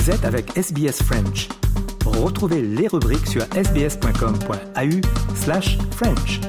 Vous êtes avec SBS French. Retrouvez les rubriques sur sbs.com.au/French.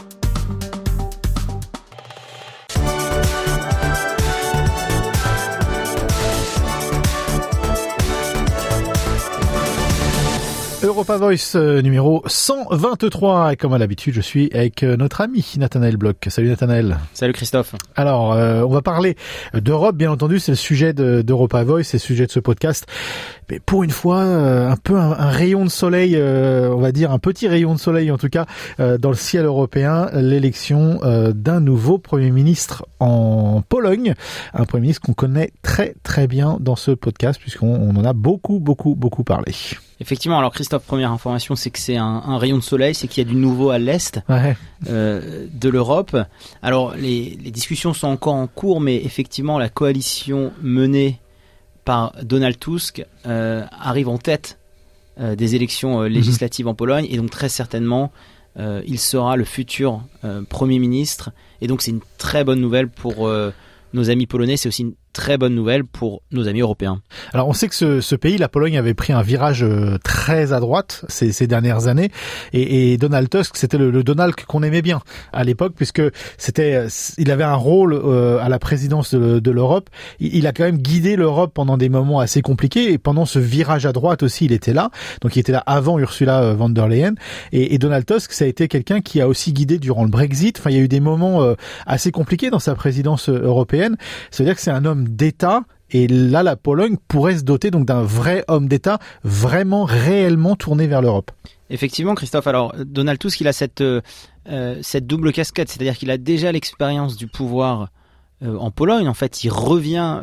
Europa Voice numéro 123 et comme à l'habitude je suis avec notre ami Nathanaël Bloch. Salut Nathanaël. Salut Christophe. Alors on va parler d'Europe, bien entendu, c'est le sujet d'Europa Voice, c'est le sujet de ce podcast. Mais pour une fois un peu un rayon de soleil, on va dire un petit rayon de soleil en tout cas dans le ciel européen, l'élection d'un nouveau Premier ministre en Pologne, un Premier ministre qu'on connaît très très bien dans ce podcast puisqu'on en a beaucoup parlé. Effectivement, alors Christophe, première information, c'est que c'est un rayon de soleil, c'est qu'il y a du nouveau à l'est de l'Europe. Alors les discussions sont encore en cours, mais effectivement la coalition menée par Donald Tusk arrive en tête des élections législatives en Pologne, et donc très certainement il sera le futur Premier ministre, et donc c'est une très bonne nouvelle pour nos amis polonais, c'est aussi une très bonne nouvelle pour nos amis européens. Alors on sait que ce pays, la Pologne, avait pris un virage très à droite ces dernières années, et Donald Tusk, c'était le Donald qu'on aimait bien à l'époque, puisque il avait un rôle à la présidence de l'Europe. Il a quand même guidé l'Europe pendant des moments assez compliqués, et pendant ce virage à droite aussi, il était là. Donc il était là avant Ursula von der Leyen, et Donald Tusk, ça a été quelqu'un qui a aussi guidé durant le Brexit. Enfin, il y a eu des moments assez compliqués dans sa présidence européenne. Ça veut dire que c'est un homme d'État, et là la Pologne pourrait se doter donc d'un vrai homme d'État vraiment réellement tourné vers l'Europe. Effectivement Christophe, alors Donald Tusk, il a cette double casquette, c'est-à-dire qu'il a déjà l'expérience du pouvoir en Pologne. En fait, il revient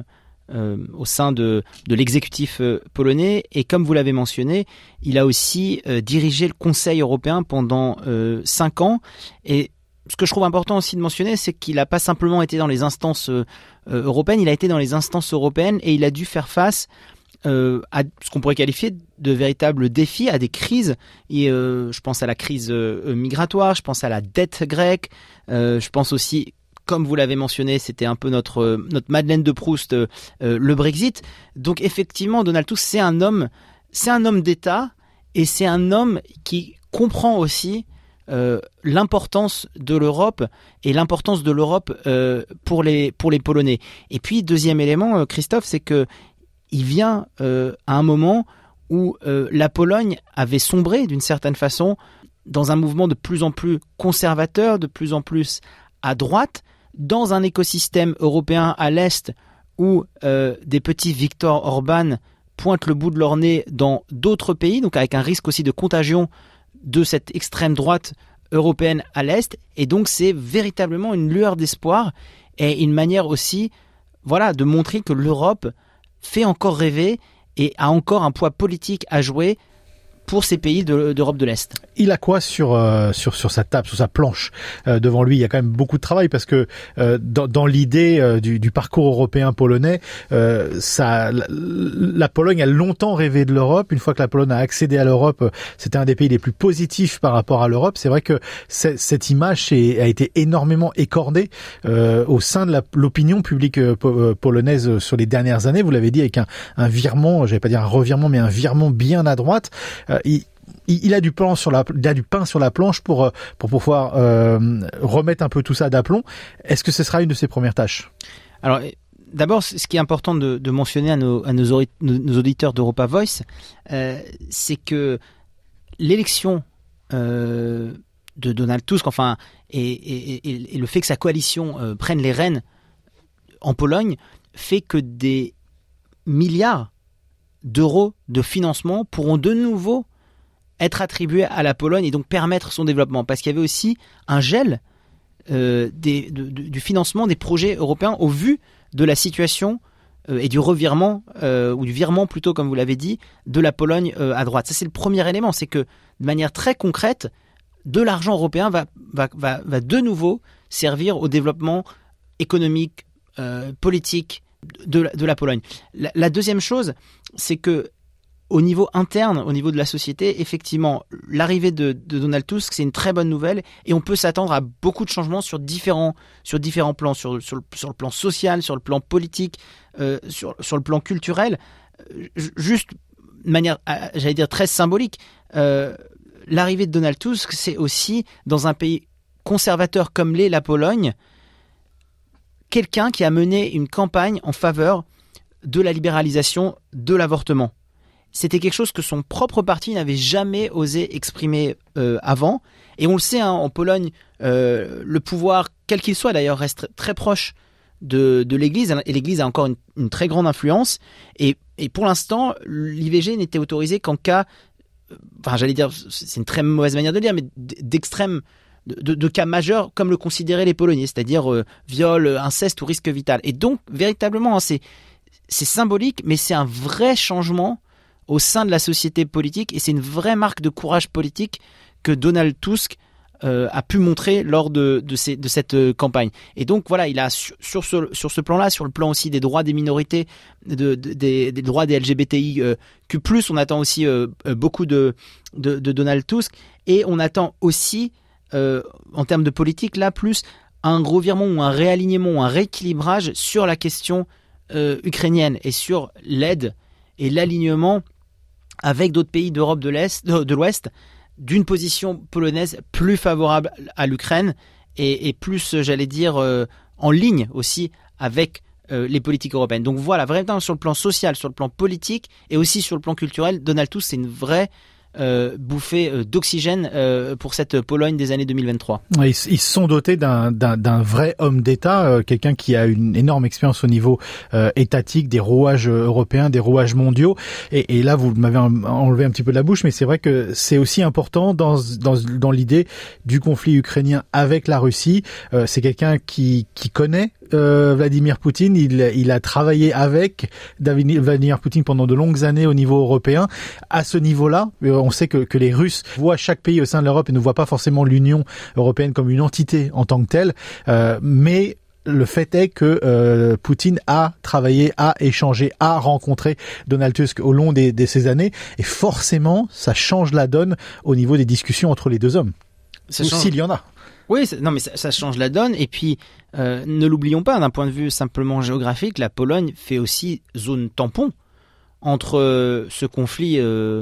au sein de l'exécutif polonais, et comme vous l'avez mentionné, il a aussi dirigé le Conseil européen pendant 5 ans. Et ce que je trouve important aussi de mentionner, c'est qu'il n'a pas simplement été dans les instances européennes, il a été dans les instances européennes, et il a dû faire face à ce qu'on pourrait qualifier de véritables défis, à des crises. Et je pense à la crise migratoire, je pense à la dette grecque, je pense aussi, comme vous l'avez mentionné, c'était un peu notre Madeleine de Proust, le Brexit. Donc effectivement, Donald Tusk, c'est un homme d'État, et c'est un homme qui comprend aussi l'importance de l'Europe, et l'importance de l'Europe pour les Polonais. Et puis deuxième élément, Christophe, c'est que il vient à un moment où la Pologne avait sombré d'une certaine façon dans un mouvement de plus en plus conservateur, de plus en plus à droite, dans un écosystème européen à l'est où des petits Viktor Orban pointent le bout de leur nez dans d'autres pays, donc avec un risque aussi de contagion de cette extrême droite européenne à l'est. Et donc c'est véritablement une lueur d'espoir, et une manière aussi de montrer que l'Europe fait encore rêver et a encore un poids politique à jouer pour ces pays d'Europe de l'Est. Il a quoi sur sa table, sur sa planche devant lui? Il y a quand même beaucoup de travail, parce que dans l'idée du parcours européen polonais, la Pologne a longtemps rêvé de l'Europe. Une fois que la Pologne a accédé à l'Europe, c'était un des pays les plus positifs par rapport à l'Europe. C'est vrai que cette image a été énormément écornée au sein de l'opinion publique polonaise sur les dernières années. Vous l'avez dit, avec un virement, j'allais pas dire un revirement, mais un virement bien à droite. Il a du pain sur la planche pour pouvoir remettre un peu tout ça d'aplomb. Est-ce que ce sera une de ses premières tâches? Alors, d'abord, ce qui est important de mentionner à nos auditeurs d'Europa Voice, c'est que l'élection de Donald Tusk, et le fait que sa coalition prenne les rênes en Pologne, fait que des milliards d'euros de financement pourront de nouveau être attribués à la Pologne, et donc permettre son développement. Parce qu'il y avait aussi un gel du financement des projets européens au vu de la situation et du revirement, ou du virement plutôt, comme vous l'avez dit, de la Pologne à droite. Ça, c'est le premier élément, c'est que de manière très concrète, de l'argent européen va de nouveau servir au développement économique, politique de la Pologne. La deuxième chose, c'est que au niveau interne, au niveau de la société, effectivement, l'arrivée de Donald Tusk, c'est une très bonne nouvelle, et on peut s'attendre à beaucoup de changements sur différents plans, sur le plan social, sur le plan politique, sur le plan culturel. juste de manière, j'allais dire, très symbolique, l'arrivée de Donald Tusk, c'est aussi, dans un pays conservateur comme l'est la Pologne, quelqu'un qui a mené une campagne en faveur de la libéralisation de l'avortement. C'était quelque chose que son propre parti n'avait jamais osé exprimer avant. Et on le sait, en Pologne, le pouvoir, quel qu'il soit d'ailleurs, reste très proche de l'Église. Et l'Église a encore une très grande influence. Et pour l'instant, l'IVG n'était autorisé qu'en cas, enfin j'allais dire, c'est une très mauvaise manière de le dire, mais d'extrême, de cas majeurs, comme le considéraient les Polonais, c'est-à-dire viol, inceste ou risque vital. Et donc, véritablement, c'est symbolique, mais c'est un vrai changement au sein de la société politique, et c'est une vraie marque de courage politique que Donald Tusk a pu montrer lors de cette campagne. Et donc voilà, il a sur ce plan-là, sur le plan aussi des droits des minorités, des droits des LGBTIQ+, on attend aussi beaucoup de Donald Tusk, et on attend aussi, en termes de politique, là, plus un revirement ou un réalignement ou un rééquilibrage sur la question ukrainienne et sur l'aide et l'alignement avec d'autres pays d'Europe de l'Ouest, d'une position polonaise plus favorable à l'Ukraine et plus, j'allais dire, en ligne aussi avec les politiques européennes. Donc voilà, vraiment sur le plan social, sur le plan politique et aussi sur le plan culturel, Donald Tusk, c'est une vraie bouffée d'oxygène pour cette Pologne des années 2023. Ils se sont dotés d'un vrai homme d'État, quelqu'un qui a une énorme expérience au niveau étatique, des rouages européens, des rouages mondiaux. Et là, vous m'avez enlevé un petit peu de la bouche, mais c'est vrai que c'est aussi important dans l'idée du conflit ukrainien avec la Russie. C'est quelqu'un qui connaît Vladimir Poutine, il a travaillé avec Vladimir Poutine pendant de longues années au niveau européen. À ce niveau-là, on sait que les Russes voient chaque pays au sein de l'Europe et ne voient pas forcément l'Union européenne comme une entité en tant que telle, mais le fait est que Poutine a travaillé, a échangé, a rencontré Donald Tusk au long de ces années, et forcément, ça change la donne au niveau des discussions entre les deux hommes. S'il y en a. Oui, mais ça change la donne. Et puis, ne l'oublions pas, d'un point de vue simplement géographique, la Pologne fait aussi zone tampon entre ce conflit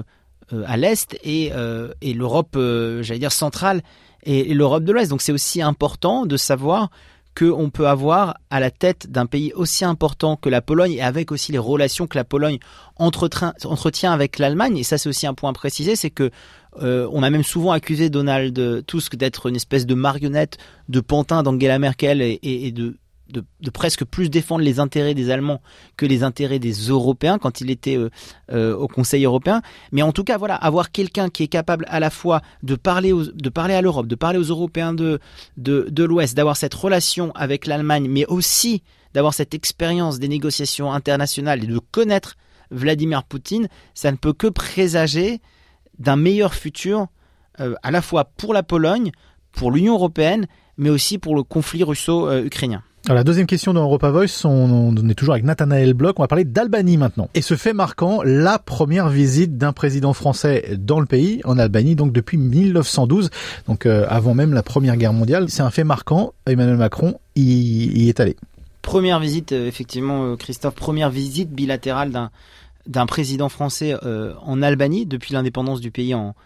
à l'Est et l'Europe, j'allais dire, centrale et l'Europe de l'Ouest. Donc c'est aussi important de savoir qu'on peut avoir à la tête d'un pays aussi important que la Pologne, et avec aussi les relations que la Pologne entretient avec l'Allemagne. Et ça, c'est aussi un point à préciser, c'est que on a même souvent accusé Donald Tusk d'être une espèce de marionnette, de pantin d'Angela Merkel et de presque plus défendre les intérêts des Allemands que les intérêts des Européens quand il était au Conseil européen. Mais en tout cas, voilà, avoir quelqu'un qui est capable à la fois de parler à l'Europe, de parler aux Européens de l'Ouest, d'avoir cette relation avec l'Allemagne, mais aussi d'avoir cette expérience des négociations internationales et de connaître Vladimir Poutine, ça ne peut que présager d'un meilleur futur à la fois pour la Pologne, pour l'Union européenne, mais aussi pour le conflit russo-ukrainien. Alors, la deuxième question dans Europa Voice, on est toujours avec Nathanaël Bloch, on va parler d'Albanie maintenant. Et ce fait marquant, la première visite d'un président français dans le pays, en Albanie, donc depuis 1912, donc avant même la Première Guerre mondiale. C'est un fait marquant, Emmanuel Macron y est allé. Première visite, effectivement, Christophe, première visite bilatérale d'un président français en Albanie depuis l'indépendance du pays en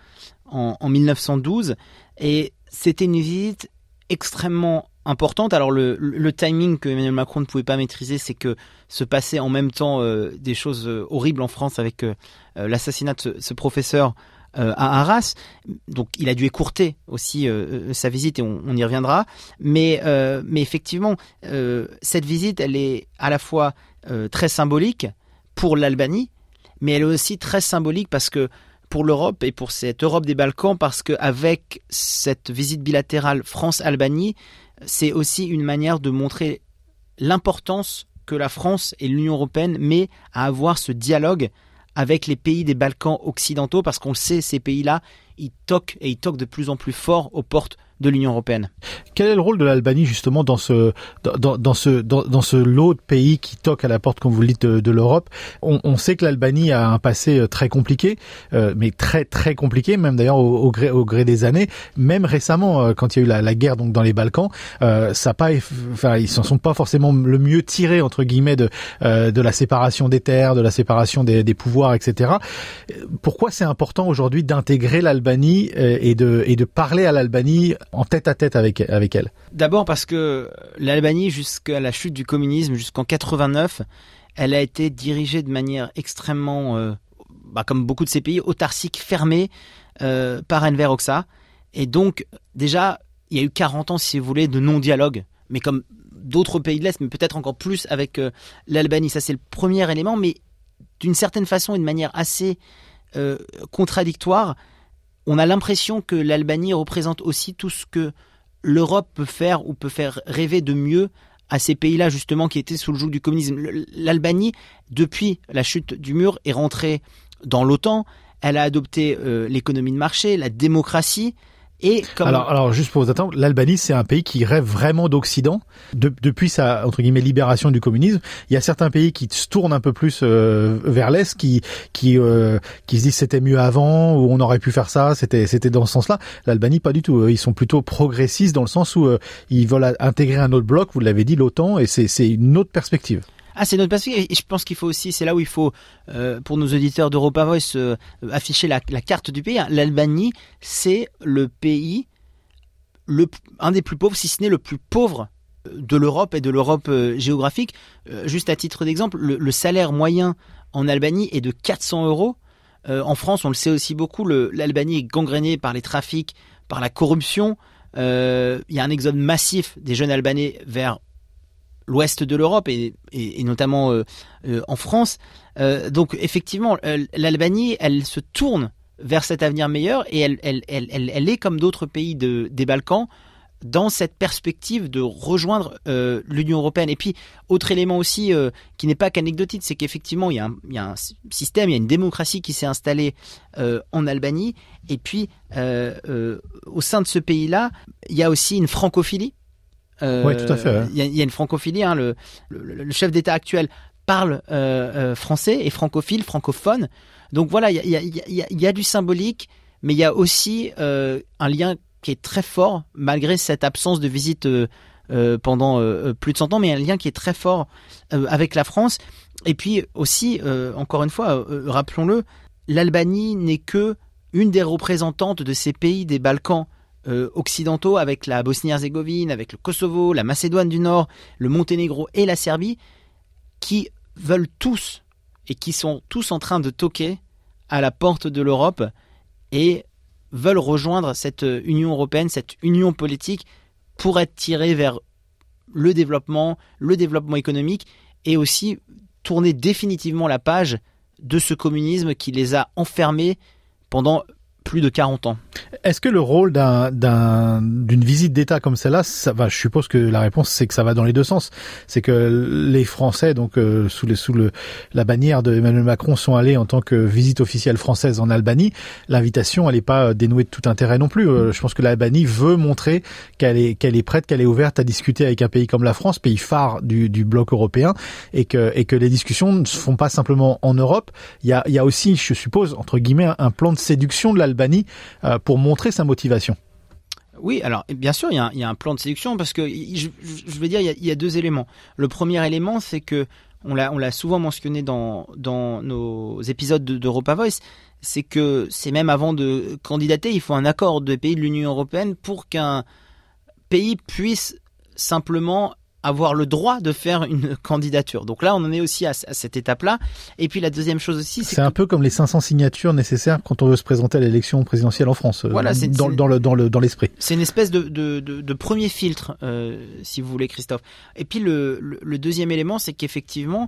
1912. Et c'était une visite extrêmement importante. Alors le timing que Emmanuel Macron ne pouvait pas maîtriser, c'est que se passaient en même temps des choses horribles en France avec l'assassinat de ce professeur à Arras. Donc il a dû écourter aussi sa visite, et on y reviendra. Mais effectivement, cette visite, elle est à la fois très symbolique pour l'Albanie, mais elle est aussi très symbolique parce que pour l'Europe et pour cette Europe des Balkans, parce qu'avec cette visite bilatérale France-Albanie, c'est aussi une manière de montrer l'importance que la France et l'Union européenne met à avoir ce dialogue avec les pays des Balkans occidentaux, parce qu'on le sait, ces pays-là, ils toquent de plus en plus fort aux portes de l'Union européenne. Quel est le rôle de l'Albanie justement dans ce lot de pays qui toquent à la porte, comme vous le dites, de l'Europe? On sait que l'Albanie a un passé très compliqué, mais très très compliqué, même d'ailleurs au gré des années. Même récemment, quand il y a eu la guerre donc dans les Balkans, ils s'en sont pas forcément le mieux tirés entre guillemets de la séparation des terres, de la séparation des pouvoirs, etc. Pourquoi c'est important aujourd'hui d'intégrer l'Albanie et de parler à l'Albanie en tête à tête avec elle? D'abord parce que l'Albanie, jusqu'à la chute du communisme, jusqu'en 89, elle a été dirigée de manière extrêmement, comme beaucoup de ces pays, autarcique, fermée par Enver Hoxha. Et donc, déjà, il y a eu 40 ans, si vous voulez, de non-dialogue, mais comme d'autres pays de l'Est, mais peut-être encore plus avec l'Albanie. Ça, c'est le premier élément, mais d'une certaine façon et de manière assez contradictoire, on a l'impression que l'Albanie représente aussi tout ce que l'Europe peut faire ou peut faire rêver de mieux à ces pays-là justement qui étaient sous le joug du communisme. L'Albanie, depuis la chute du mur, est rentrée dans l'OTAN. Elle a adopté l'économie de marché, la démocratie. Et comme... Alors juste pour vous attendre, l'Albanie c'est un pays qui rêve vraiment d'Occident depuis sa entre guillemets libération du communisme. Il y a certains pays qui se tournent un peu plus vers l'est, qui se disent c'était mieux avant ou on aurait pu faire ça, c'était dans ce sens-là. L'Albanie pas du tout. Ils sont plutôt progressistes dans le sens où ils veulent intégrer un autre bloc. Vous l'avez dit, l'OTAN, et c'est une autre perspective. Ah, c'est notre perspective. Et je pense qu'il faut aussi, c'est là où il faut, pour nos auditeurs d'Europa Voice, afficher la carte du pays. L'Albanie, c'est le pays, un des plus pauvres, si ce n'est le plus pauvre de l'Europe et de l'Europe géographique. Juste à titre d'exemple, le salaire moyen en Albanie est de 400 €. En France, on le sait aussi beaucoup, l'Albanie est gangrénée par les trafics, par la corruption. Il y a un exode massif des jeunes Albanais vers l'ouest de l'Europe et notamment en France. Donc effectivement, l'Albanie, elle se tourne vers cet avenir meilleur et elle est comme d'autres pays des Balkans dans cette perspective de rejoindre l'Union européenne. Et puis, autre élément aussi qui n'est pas qu'anecdotique, c'est qu'effectivement, il y a un système, il y a une démocratie qui s'est installée en Albanie. Et puis, au sein de ce pays-là, il y a aussi une francophilie. Oui, tout à fait. Il y a une francophilie. Hein, le chef d'État actuel parle français et francophone. Donc voilà, il y a du symbolique, mais il y a aussi un lien qui est très fort, malgré cette absence de visite pendant plus de 100 ans, mais un lien qui est très fort avec la France. Et puis aussi, encore une fois, rappelons-le, l'Albanie n'est que une des représentantes de ces pays des Balkans occidentaux, avec la Bosnie-Herzégovine, avec le Kosovo, la Macédoine du Nord, le Monténégro et la Serbie, qui veulent tous et qui sont tous en train de toquer à la porte de l'Europe et veulent rejoindre cette Union européenne, cette union politique pour être tirés vers le développement économique et aussi tourner définitivement la page de ce communisme qui les a enfermés pendant plus de 40 ans. Est-ce que le rôle d'une visite d'État comme celle-là, je suppose que la réponse c'est que ça va dans les deux sens. C'est que les Français, donc sous la bannière de Emmanuel Macron, sont allés en tant que visite officielle française en Albanie. L'invitation, elle n'est pas dénouée de tout intérêt non plus. Je pense que l'Albanie veut montrer qu'elle est prête, qu'elle est ouverte à discuter avec un pays comme la France, pays phare du bloc européen, et que les discussions ne se font pas simplement en Europe. Il y a aussi, je suppose, entre guillemets, un plan de séduction de l'Albanie pour montrer sa motivation. Oui, alors bien sûr, il y a un plan de séduction parce que je veux dire, il y a deux éléments. Le premier élément, c'est que on l'a souvent mentionné dans nos épisodes d'Europa Voice, c'est que c'est même avant de candidater, il faut un accord des pays de l'Union européenne pour qu'un pays puisse simplement avoir le droit de faire une candidature. Donc là, on en est aussi à cette étape-là. Et puis la deuxième chose aussi, c'est un peu comme les 500 signatures nécessaires quand on veut se présenter à l'élection présidentielle en France. Voilà, dans l'esprit. C'est une espèce de premier filtre, si vous voulez, Christophe. Et puis le deuxième élément, c'est qu'effectivement,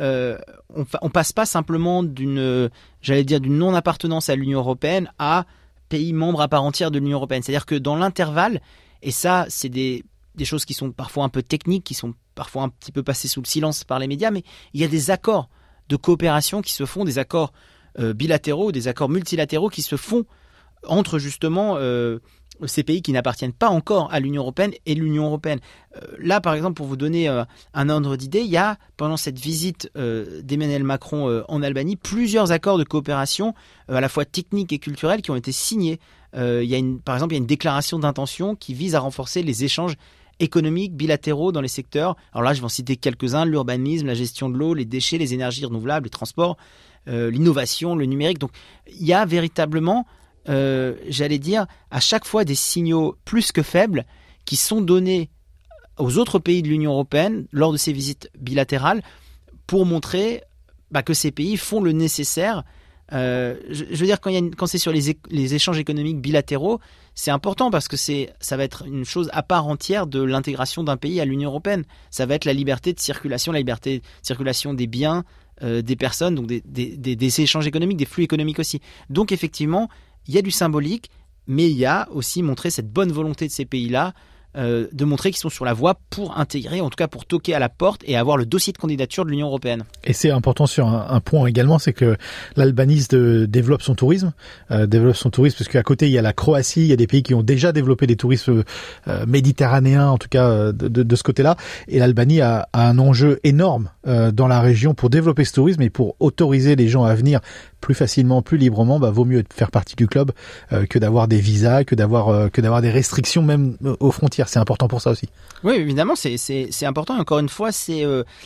on passe pas simplement d'une non-appartenance à l'Union européenne à pays membre à part entière de l'Union européenne. C'est-à-dire que dans l'intervalle, et ça, c'est des choses qui sont parfois un peu techniques, qui sont parfois un petit peu passées sous le silence par les médias, mais il y a des accords de coopération qui se font, des accords bilatéraux, des accords multilatéraux qui se font entre justement ces pays qui n'appartiennent pas encore à l'Union européenne et l'Union européenne. Là, par exemple, pour vous donner un ordre d'idée, il y a, pendant cette visite d'Emmanuel Macron en Albanie, plusieurs accords de coopération à la fois techniques et culturels qui ont été signés. Par exemple, il y a une déclaration d'intention qui vise à renforcer les échanges économiques bilatéraux dans les secteurs. Alors là, je vais en citer quelques-uns: l'urbanisme, la gestion de l'eau, les déchets, les énergies renouvelables, les transports, l'innovation, le numérique. Donc, il y a véritablement... j'allais dire, à chaque fois des signaux plus que faibles qui sont donnés aux autres pays de l'Union européenne lors de ces visites bilatérales pour montrer que ces pays font le nécessaire. Je veux dire, quand c'est sur les échanges économiques bilatéraux, c'est important parce que ça va être une chose à part entière de l'intégration d'un pays à l'Union européenne. Ça va être la liberté de circulation, la liberté de circulation des biens, des personnes, donc des échanges économiques, des flux économiques aussi. Donc effectivement, il y a du symbolique, mais il y a aussi montré cette bonne volonté de ces pays-là de montrer qu'ils sont sur la voie pour intégrer, en tout cas pour toquer à la porte et avoir le dossier de candidature de l'Union européenne. Et c'est important sur un point également, c'est que l'Albanie développe son tourisme, parce qu'à côté il y a la Croatie, il y a des pays qui ont déjà développé des tourismes méditerranéens, en tout cas de ce côté-là, et l'Albanie a un enjeu énorme dans la région pour développer ce tourisme et pour autoriser les gens à venir plus facilement, plus librement. Vaut mieux faire partie du club que d'avoir des visas, que d'avoir des restrictions même aux frontières. C'est important pour ça aussi. Oui, évidemment, c'est important. Et encore une fois, c'est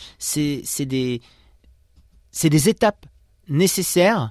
des étapes nécessaires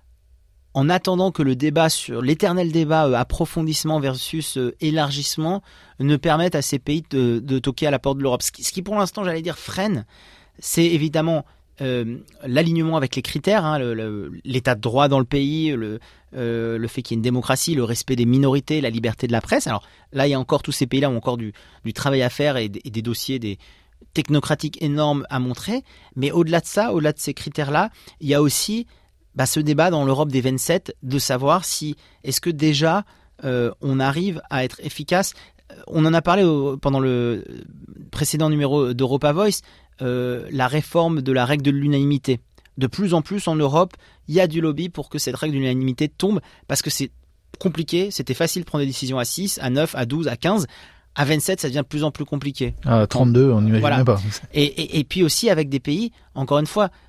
en attendant que le débat sur l'éternel débat approfondissement versus élargissement ne permette à ces pays de toquer à la porte de l'Europe. Ce qui pour l'instant, j'allais dire, freine, c'est évidemment l'alignement avec les critères, l'état de droit dans le pays, le fait qu'il y ait une démocratie, le respect des minorités, la liberté de la presse. Alors là, il y a encore tous ces pays-là ont encore du travail à faire et des dossiers technocratiques énormes à montrer. Mais au-delà de ça, au-delà de ces critères-là, il y a aussi ce débat dans l'Europe des 27 de savoir est-ce que déjà on arrive à être efficace. On en a parlé pendant le précédent numéro d'Europa Voice. La réforme de la règle de l'unanimité. De plus en plus en Europe, il y a du lobby pour que cette règle de l'unanimité tombe parce que c'est compliqué. C'était facile de prendre des décisions à 6, à 9, à 12, à 15. À 27, ça devient de plus en plus compliqué. À 32, on n'imagine même pas. Et puis aussi avec des pays, encore une fois,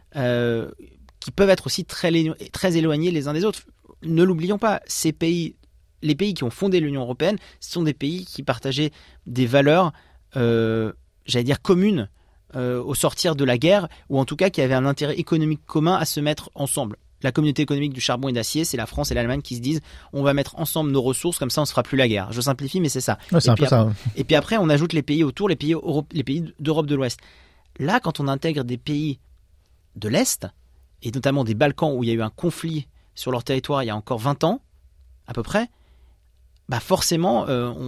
qui peuvent être aussi très éloignés les uns des autres. Ne l'oublions pas, les pays qui ont fondé l'Union européenne, ce sont des pays qui partageaient des valeurs, j'allais dire communes, au sortir de la guerre, ou en tout cas qui avaient un intérêt économique commun à se mettre ensemble. La communauté économique du charbon et d'acier, c'est la France et l'Allemagne qui se disent on va mettre ensemble nos ressources, comme ça on ne se fera plus la guerre. Je simplifie, mais c'est ça. Ouais, c'est un peu ça. Et puis après, on ajoute les pays autour, les pays d'Europe de l'Ouest. Là, quand on intègre des pays de l'Est, et notamment des Balkans où il y a eu un conflit sur leur territoire il y a encore 20 ans, à peu près, forcément,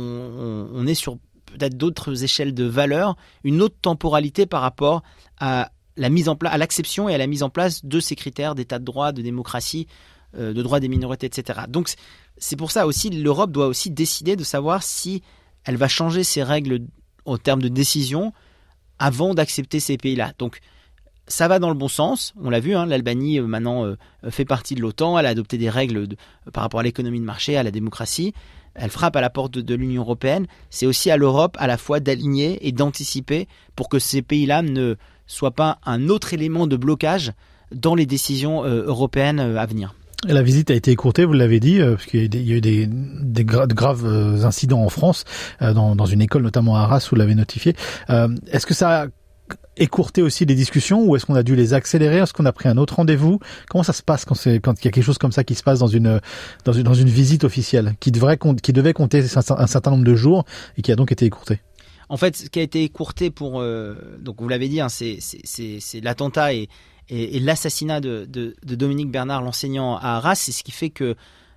on est sur peut-être d'autres échelles de valeur, une autre temporalité par rapport à la mise en place, à l'acception et à la mise en place de ces critères d'état de droit, de démocratie, de droit des minorités, etc. Donc c'est pour ça aussi l'Europe doit aussi décider de savoir si elle va changer ses règles en termes de décision avant d'accepter ces pays-là. Donc ça va dans le bon sens, on l'a vu, l'Albanie maintenant fait partie de l'OTAN, elle a adopté des règles par rapport à l'économie de marché, à la démocratie. Elle frappe à la porte de l'Union européenne. C'est aussi à l'Europe à la fois d'aligner et d'anticiper pour que ces pays-là ne soient pas un autre élément de blocage dans les décisions européennes à venir. Et la visite a été écourtée, vous l'avez dit, parce qu'il y a eu des graves incidents en France, dans une école notamment à Arras, vous l'avez notifié. Est-ce que ça a écourté aussi les discussions ou est-ce qu'on a dû les accélérer? Est-ce qu'on a pris un autre rendez-vous? Comment ça se passe quand il y a quelque chose comme ça qui se passe dans une visite officielle qui devait compter un certain nombre de jours et qui a donc été écourté? En fait, ce qui a été écourté donc vous l'avez dit, c'est l'attentat et l'assassinat de Dominique Bernard, l'enseignant à Arras. C'est ce qui fait que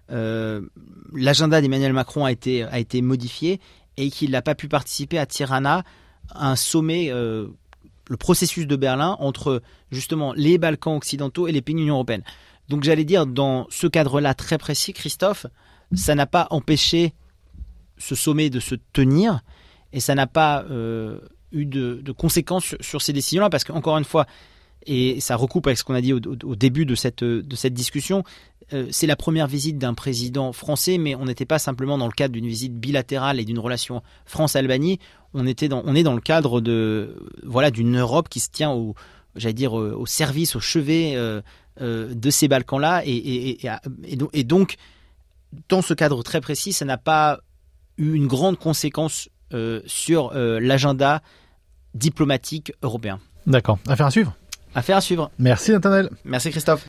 l'agenda d'Emmanuel Macron a été modifié et qu'il n'a pas pu participer à Tirana, à un sommet, le processus de Berlin entre justement les Balkans occidentaux et les pays de l'Union européenne. Donc j'allais dire, dans ce cadre-là très précis, Christophe, ça n'a pas empêché ce sommet de se tenir et ça n'a pas eu de conséquences sur ces décisions-là, parce qu'encore une fois, et ça recoupe avec ce qu'on a dit au début de cette discussion. C'est la première visite d'un président français, mais on n'était pas simplement dans le cadre d'une visite bilatérale et d'une relation France-Albanie. On est dans le cadre d'une Europe qui se tient au service, au chevet de ces Balkans-là, et donc dans ce cadre très précis, ça n'a pas eu une grande conséquence sur l'agenda diplomatique européen. D'accord. Affaire à suivre. Affaire à suivre. Merci Nathanaël. Merci Christophe.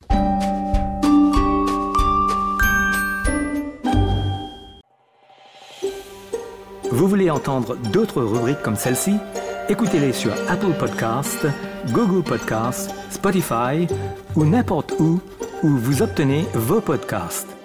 Vous voulez entendre d'autres rubriques comme celle-ci? Écoutez-les sur Apple Podcasts, Google Podcasts, Spotify ou n'importe où vous obtenez vos podcasts.